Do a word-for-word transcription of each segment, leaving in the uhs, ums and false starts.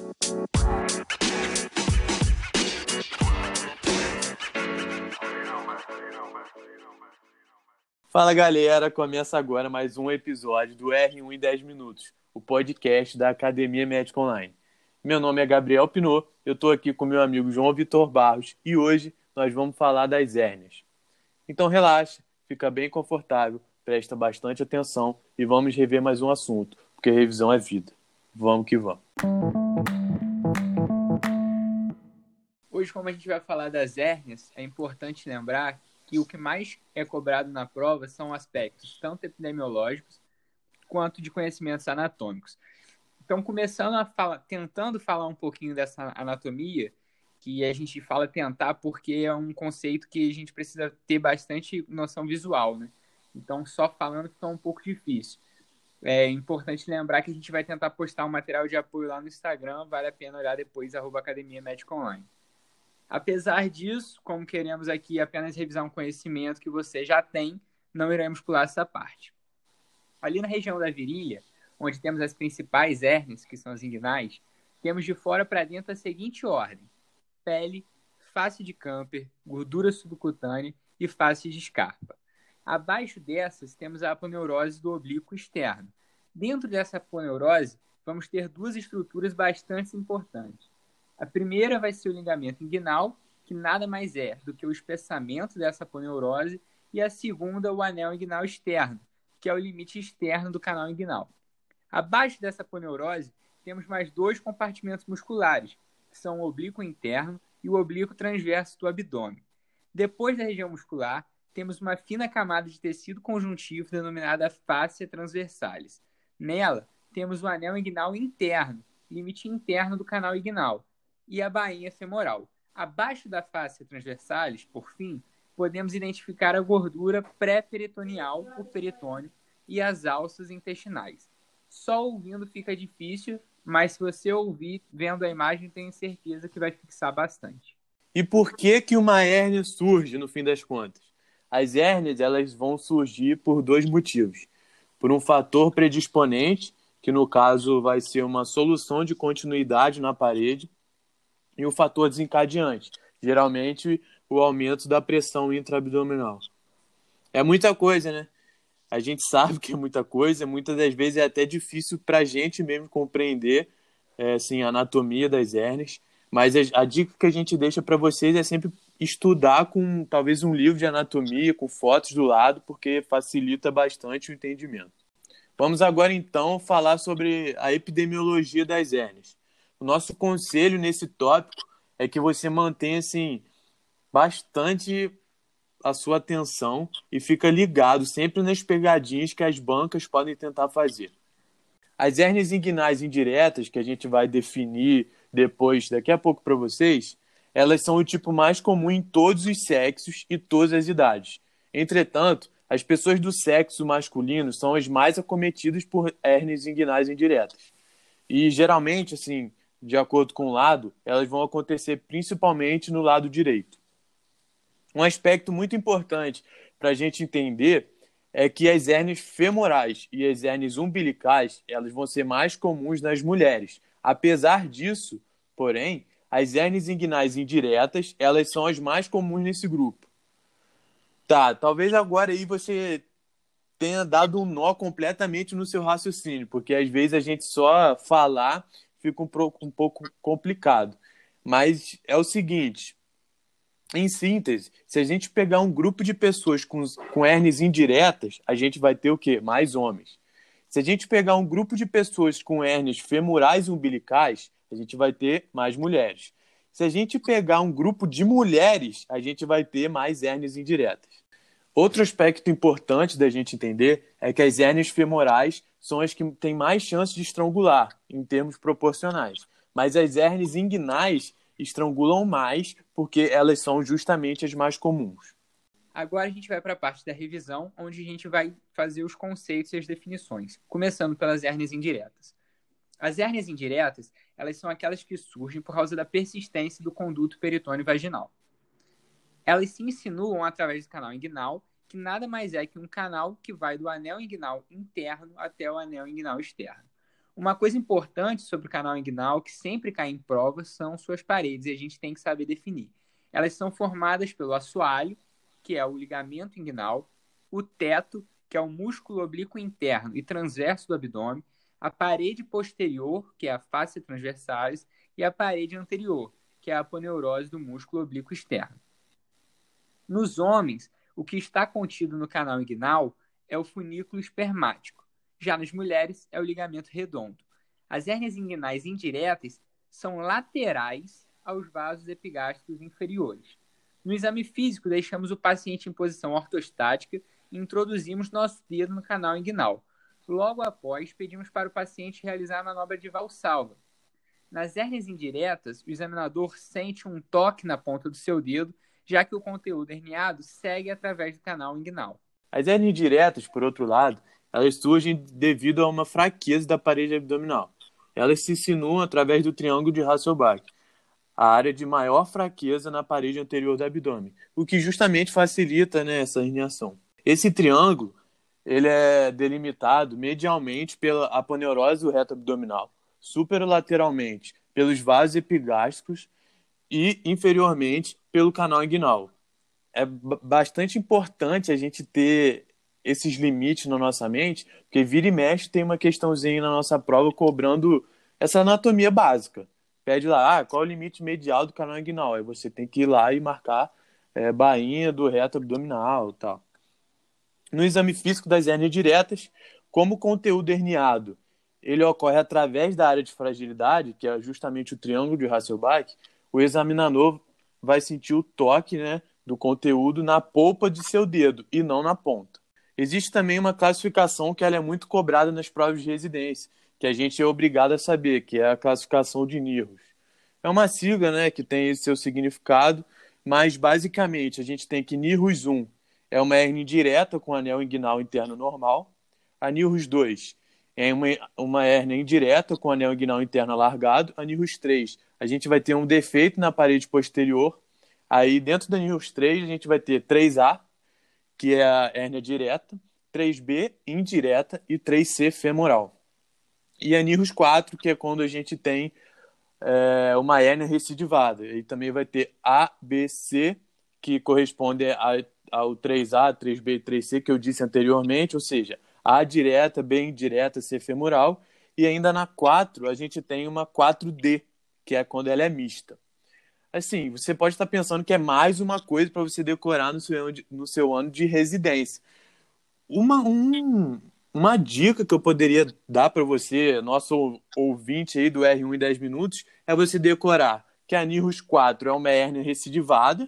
Fala galera, começa agora mais um episódio do R um em dez minutos, o podcast da Academia Médica Online. Meu nome é Gabriel Pinot, eu estou aqui com meu amigo João Vitor Barros e hoje nós vamos falar das hérnias. Então relaxa, fica bem confortável, presta bastante atenção e vamos rever mais um assunto, porque revisão é vida. Vamos que vamos. Hoje, como a gente vai falar das hérnias, é importante lembrar que o que mais é cobrado na prova são aspectos tanto epidemiológicos quanto de conhecimentos anatômicos. Então, começando a falar, tentando falar um pouquinho dessa anatomia, que a gente fala tentar porque é um conceito que a gente precisa ter bastante noção visual, né? Então, só falando fica um pouco difícil. É importante lembrar que a gente vai tentar postar um material de apoio lá no Instagram, vale a pena olhar depois, arroba Academia Médica Online. Apesar disso, como queremos aqui apenas revisar um conhecimento que você já tem, não iremos pular essa parte. Ali na região da virilha, onde temos as principais hérnias, que são as inguinais, temos de fora para dentro a seguinte ordem: pele, face de Camper, gordura subcutânea e face de Scarpa. Abaixo dessas, temos a aponeurose do oblíquo externo. Dentro dessa aponeurose, vamos ter duas estruturas bastante importantes. A primeira vai ser o ligamento inguinal, que nada mais é do que o espessamento dessa aponeurose, e a segunda, o anel inguinal externo, que é o limite externo do canal inguinal. Abaixo dessa aponeurose, temos mais dois compartimentos musculares, que são o oblíquo interno e o oblíquo transverso do abdômen. Depois da região muscular, temos uma fina camada de tecido conjuntivo denominada fáscia transversalis. Nela, temos o anel inguinal interno, limite interno do canal inguinal, e a bainha femoral. Abaixo da fáscia transversalis, por fim, podemos identificar a gordura pré-peritoneal, o peritônio, e as alças intestinais. Só ouvindo fica difícil, mas se você ouvir, vendo a imagem, tenho certeza que vai fixar bastante. E por que que uma hérnia surge, no fim das contas? As hérnias elas vão surgir por dois motivos. Por um fator predisponente, que no caso vai ser uma solução de continuidade na parede, e um fator desencadeante, geralmente o aumento da pressão intraabdominal. É muita coisa, né? A gente sabe que é muita coisa, muitas das vezes é até difícil para a gente mesmo compreender é, assim, a anatomia das hérnias, mas a, a dica que a gente deixa para vocês é sempre estudar com talvez um livro de anatomia, com fotos do lado, porque facilita bastante o entendimento. Vamos agora então falar sobre a epidemiologia das hérnias. O nosso conselho nesse tópico é que você mantenha assim, bastante a sua atenção e fica ligado sempre nas pegadinhas que as bancas podem tentar fazer. As hérnias inguinais indiretas, que a gente vai definir depois, daqui a pouco para vocês, elas são o tipo mais comum em todos os sexos e todas as idades. Entretanto, as pessoas do sexo masculino são as mais acometidas por hérnias inguinais indiretas. E geralmente, assim, de acordo com o lado, elas vão acontecer principalmente no lado direito. Um aspecto muito importante para a gente entender é que as hérnias femorais e as hérnias umbilicais elas vão ser mais comuns nas mulheres. Apesar disso, porém, as hérnias inguinais indiretas elas são as mais comuns nesse grupo. Tá, talvez agora aí você tenha dado um nó completamente no seu raciocínio, porque às vezes a gente só falar fica um, pro, um pouco complicado. Mas é o seguinte, em síntese, se a gente pegar um grupo de pessoas com, com hérnias indiretas, a gente vai ter o quê? Mais homens. Se a gente pegar um grupo de pessoas com hérnias femorais e umbilicais, a gente vai ter mais mulheres. Se a gente pegar um grupo de mulheres, a gente vai ter mais hérnias indiretas. Outro aspecto importante da gente entender é que as hérnias femorais são as que têm mais chance de estrangular, em termos proporcionais. Mas as hérnias inguinais estrangulam mais porque elas são justamente as mais comuns. Agora a gente vai para a parte da revisão, onde a gente vai fazer os conceitos e as definições, começando pelas hérnias indiretas. As hérnias indiretas, elas são aquelas que surgem por causa da persistência do conduto peritônio vaginal. Elas se insinuam através do canal inguinal, que nada mais é que um canal que vai do anel inguinal interno até o anel inguinal externo. Uma coisa importante sobre o canal inguinal, que sempre cai em prova, são suas paredes, e a gente tem que saber definir. Elas são formadas pelo assoalho, que é o ligamento inguinal, o teto, que é o músculo oblíquo interno e transverso do abdômen, a parede posterior, que é a face transversalis, e a parede anterior, que é a aponeurose do músculo oblíquo externo. Nos homens, o que está contido no canal inguinal é o funículo espermático. Já nas mulheres, é o ligamento redondo. As hérnias inguinais indiretas são laterais aos vasos epigástricos inferiores. No exame físico, deixamos o paciente em posição ortostática e introduzimos nosso dedo no canal inguinal. Logo após, pedimos para o paciente realizar a manobra de Valsalva. Nas hérnias indiretas, o examinador sente um toque na ponta do seu dedo, já que o conteúdo herniado segue através do canal inguinal. As hérnias diretas, por outro lado, elas surgem devido a uma fraqueza da parede abdominal. Elas se insinuam através do triângulo de Hasselbalch, a área de maior fraqueza na parede anterior do abdômen, o que justamente facilita, né, essa herniação. Esse triângulo ele é delimitado medialmente pela aponeurose do reto abdominal, superolateralmente pelos vasos epigástricos e inferiormente pelo canal inguinal. É bastante importante a gente ter esses limites na nossa mente, porque vira e mexe tem uma questãozinha na nossa prova cobrando essa anatomia básica. Pede lá, ah, qual é o limite medial do canal inguinal? Aí você tem que ir lá e marcar é, bainha do reto abdominal e tal. No exame físico das hérnias diretas, como o conteúdo herniado ele ocorre através da área de fragilidade, que é justamente o triângulo de Hasselbalch, o examinador vai sentir o toque, né, do conteúdo na polpa de seu dedo e não na ponta. Existe também uma classificação que ela é muito cobrada nas provas de residência, que a gente é obrigado a saber, que é a classificação de Nihus. É uma sigla, né, que tem esse seu significado, mas basicamente a gente tem que Nihus um é uma hérnia indireta com anel inguinal interno normal, a Nihus dois é uma, uma hérnia indireta com anel inguinal interno alargado, a Nihus três a gente vai ter um defeito na parede posterior, aí dentro da Nihus três a gente vai ter três A, que é a hérnia direta, três B indireta e três C femoral. E a Nihus quatro, que é quando a gente tem é, uma hérnia recidivada. E também vai ter A, B, C, que corresponde a, ao três A, três B e três C, que eu disse anteriormente, ou seja, A direta, B indireta, C femoral. E ainda na quatro, a gente tem uma quatro D, que é quando ela é mista. Assim, você pode estar pensando que é mais uma coisa para você decorar no seu, ano de, no seu ano de residência. Uma, um, uma dica que eu poderia dar para você, nosso ouvinte aí do R um em dez minutos, é você decorar que a Nihus quatro é uma hérnia recidivada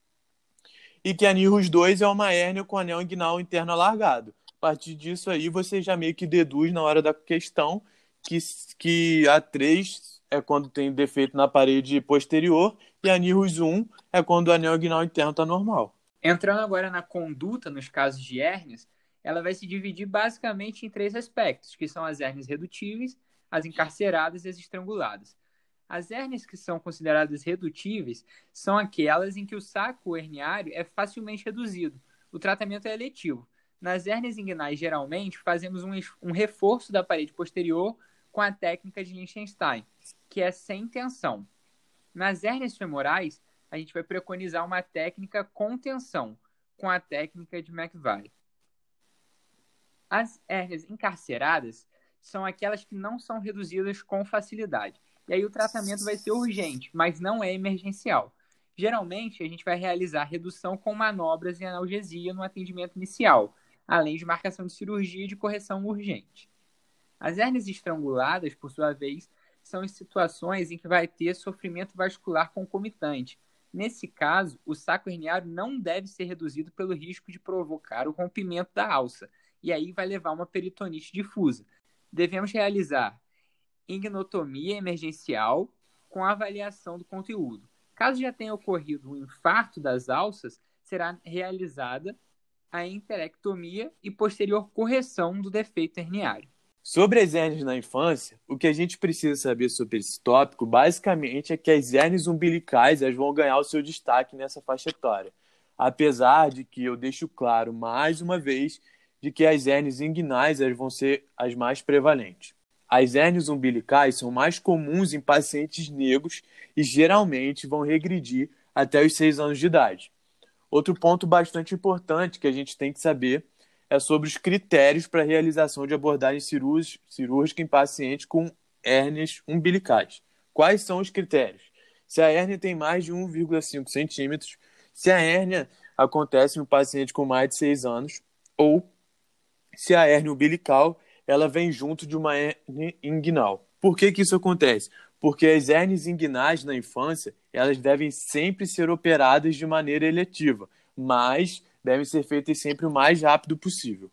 e que a Nihus dois é uma hérnia com anel inguinal interno alargado. A partir disso aí, você já meio que deduz na hora da questão que, que a três é quando tem defeito na parede posterior e a Nihus um é quando o anel inguinal interno está normal. Entrando agora na conduta nos casos de hérnias, ela vai se dividir basicamente em três aspectos, que são as hérnias redutíveis, as encarceradas e as estranguladas. As hérnias que são consideradas redutíveis são aquelas em que o saco herniário é facilmente reduzido. O tratamento é eletivo. Nas hérnias inguinais, geralmente, fazemos um, um reforço da parede posterior com a técnica de Liechtenstein, que é sem tensão. Nas hérnias femorais, a gente vai preconizar uma técnica com tensão, com a técnica de McVeigh. As hérnias encarceradas são aquelas que não são reduzidas com facilidade. E aí o tratamento vai ser urgente, mas não é emergencial. Geralmente, a gente vai realizar redução com manobras e analgesia no atendimento inicial, além de marcação de cirurgia e de correção urgente. As hérnias estranguladas, por sua vez, são em situações em que vai ter sofrimento vascular concomitante. Nesse caso, o saco herniário não deve ser reduzido pelo risco de provocar o rompimento da alça, e aí vai levar a uma peritonite difusa. Devemos realizar ignotomia emergencial com avaliação do conteúdo. Caso já tenha ocorrido um infarto das alças, será realizada a enterectomia e posterior correção do defeito herniário. Sobre as hérnias na infância, o que a gente precisa saber sobre esse tópico, basicamente, é que as hérnias umbilicais elas vão ganhar o seu destaque nessa faixa etária. Apesar de que eu deixo claro, mais uma vez, de que as hérnias inguinais elas vão ser as mais prevalentes. As hérnias umbilicais são mais comuns em pacientes negros e geralmente vão regredir até os seis anos de idade. Outro ponto bastante importante que a gente tem que saber é sobre os critérios para a realização de abordagem cirúrgica em pacientes com hérnias umbilicais. Quais são os critérios? Se a hérnia tem mais de um vírgula cinco centímetros, se a hérnia acontece no paciente com mais de seis anos, ou se a hérnia umbilical ela vem junto de uma hérnia inguinal. Por que que isso acontece? Porque as hérnias inguinais na infância, elas devem sempre ser operadas de maneira eletiva, mas devem ser feitas sempre o mais rápido possível.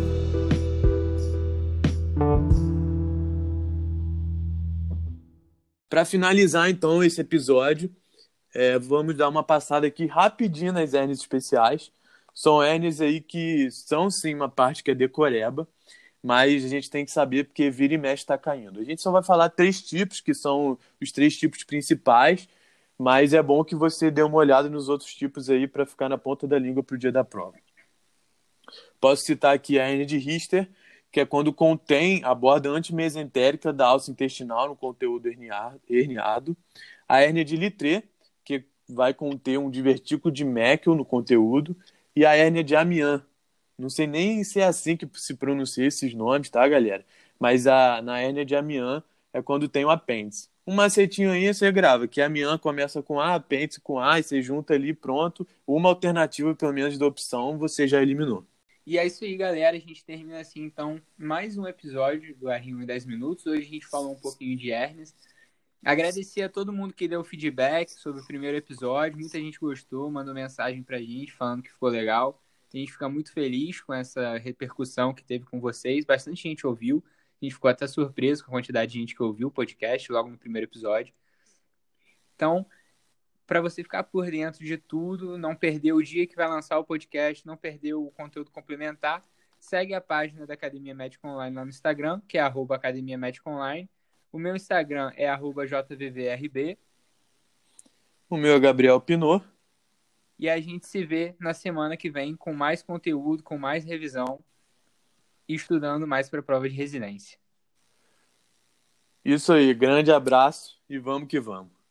Para finalizar, então, esse episódio, é, vamos dar uma passada aqui rapidinho nas hérnias especiais. São hérnias aí que são, sim, uma parte que é decoreba, mas a gente tem que saber porque vira e mexe está caindo. A gente só vai falar três tipos, que são os três tipos principais, mas é bom que você dê uma olhada nos outros tipos aí para ficar na ponta da língua para o dia da prova. Posso citar aqui a hérnia de Richter, que é quando contém a borda antimesentérica da alça intestinal no conteúdo herniado. A hérnia de Littré, que vai conter um divertículo de Meckel no conteúdo. E a hérnia de Amiens. Não sei nem se é assim que se pronuncia esses nomes, tá, galera? Mas a, na hérnia de Amiens é quando tem o apêndice. Um macetinho aí você grava, que Amiens começa com A, apêndice com A, e você junta ali, pronto. Uma alternativa, pelo menos, da opção, você já eliminou. E é isso aí, galera. A gente termina assim, então, mais um episódio do R um em dez minutos. Hoje a gente falou um pouquinho de hérnias. Agradecer a todo mundo que deu feedback sobre o primeiro episódio. Muita gente gostou, mandou mensagem pra gente falando que ficou legal. A gente fica muito feliz com essa repercussão que teve com vocês. Bastante gente ouviu. A gente ficou até surpreso com a quantidade de gente que ouviu o podcast logo no primeiro episódio. Então, para você ficar por dentro de tudo, não perder o dia que vai lançar o podcast, não perder o conteúdo complementar, segue a página da Academia Médica Online lá no Instagram, que é arroba Academia Médica Online. O meu Instagram é arroba J V V R B. O meu é Gabriel Pinot. E a gente se vê na semana que vem com mais conteúdo, com mais revisão e estudando mais para a prova de residência. Isso aí, grande abraço e vamos que vamos.